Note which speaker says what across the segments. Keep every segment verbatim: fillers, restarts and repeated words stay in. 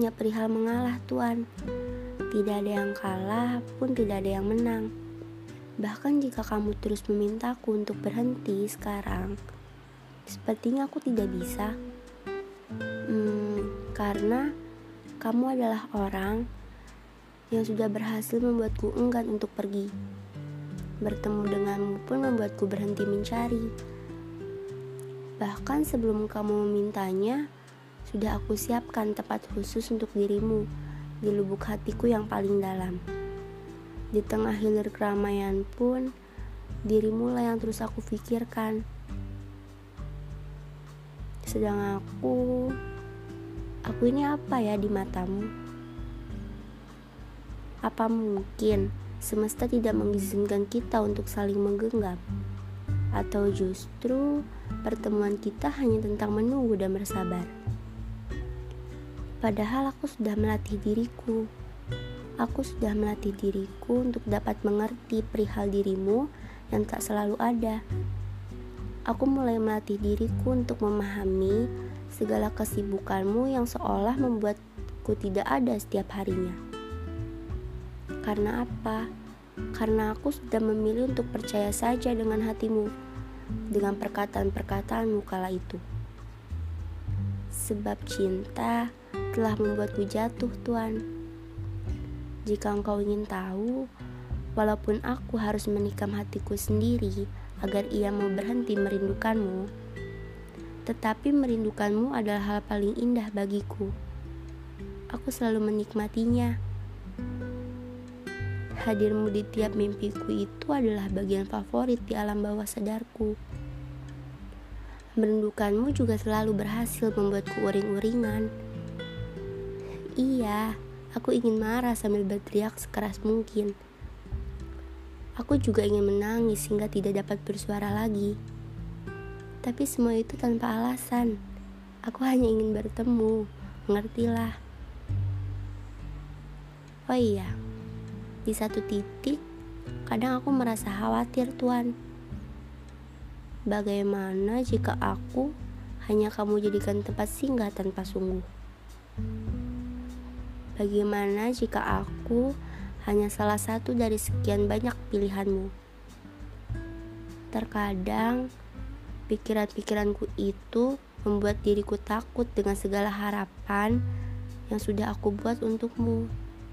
Speaker 1: hanya perihal mengalah, Tuan. Tidak ada yang kalah pun tidak ada yang menang. Bahkan jika kamu terus memintaku untuk berhenti sekarang, sepertinya aku tidak bisa. Hmm, karena kamu adalah orang yang sudah berhasil membuatku enggan untuk pergi. Bertemu denganmu pun membuatku berhenti mencari. Bahkan sebelum kamu memintanya, sudah aku siapkan tempat khusus untuk dirimu di lubuk hatiku yang paling dalam. Di tengah hilir keramaian pun, dirimu lah yang terus aku pikirkan. Sedang aku, aku ini apa ya di matamu? Apa mungkin semesta tidak mengizinkan kita untuk saling menggenggam? Atau justru pertemuan kita hanya tentang menunggu dan bersabar? Padahal aku sudah melatih diriku. Aku sudah melatih diriku untuk dapat mengerti perihal dirimu yang tak selalu ada. Aku mulai melatih diriku untuk memahami segala kesibukanmu yang seolah membuatku tidak ada setiap harinya. Karena apa? Karena aku sudah memilih untuk percaya saja dengan hatimu, dengan perkataan-perkataanmu kala itu. Sebab cinta telah membuatku jatuh, Tuan. Jika engkau ingin tahu, walaupun aku harus menikam hatiku sendiri agar ia mau berhenti merindukanmu, tetapi merindukanmu adalah hal paling indah bagiku. Aku selalu menikmatinya. Hadirmu di tiap mimpiku itu adalah bagian favorit di alam bawah sadarku. Merindukanmu juga selalu berhasil membuatku uring-uringan. Iya, aku ingin marah sambil berteriak sekeras mungkin. Aku juga ingin menangis hingga tidak dapat bersuara lagi. Tapi semua itu tanpa alasan. Aku hanya ingin bertemu, mengertilah. Oh iya, di satu titik, kadang aku merasa khawatir, Tuan. Bagaimana jika aku hanya kamu jadikan tempat singgah tanpa sungguh? Bagaimana jika aku hanya salah satu dari sekian banyak pilihanmu? Terkadang, pikiran-pikiranku itu membuat diriku takut dengan segala harapan yang sudah aku buat untukmu.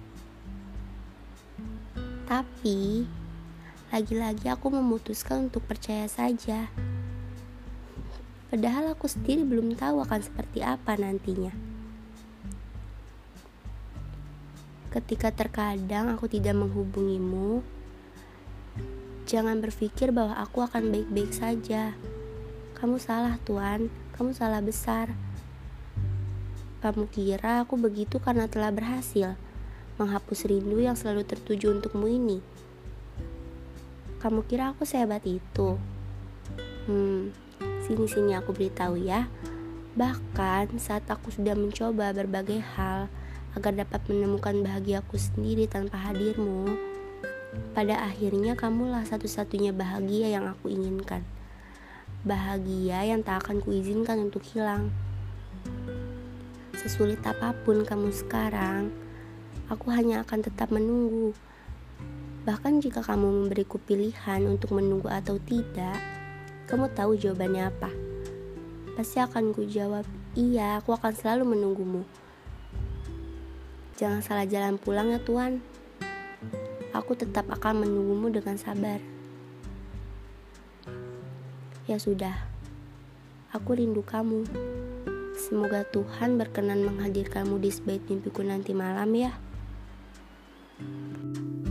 Speaker 1: Tapi, lagi-lagi aku memutuskan untuk percaya saja. Padahal aku sendiri belum tahu akan seperti apa nantinya. Ketika terkadang aku tidak menghubungimu, jangan berpikir bahwa aku akan baik-baik saja. Kamu salah, Tuan. Kamu salah besar. Kamu kira aku begitu karena telah berhasil menghapus rindu yang selalu tertuju untukmu ini. Kamu kira aku sehebat itu? Hmm, sini-sini aku beritahu ya. Bahkan saat aku sudah mencoba berbagai hal agar dapat menemukan bahagiaku sendiri tanpa hadirmu, pada akhirnya kamulah satu-satunya bahagia yang aku inginkan. Bahagia yang tak akan kuizinkan untuk hilang. Sesulit apapun kamu sekarang, aku hanya akan tetap menunggu. Bahkan jika kamu memberiku pilihan untuk menunggu atau tidak, kamu tahu jawabannya apa? Pasti akan ku jawab, iya, aku akan selalu menunggumu. Jangan salah jalan pulang ya, Tuan. Aku tetap akan menunggumu dengan sabar. Ya sudah, aku rindu kamu. Semoga Tuhan berkenan menghadirkanmu di sebaik mimpiku nanti malam ya.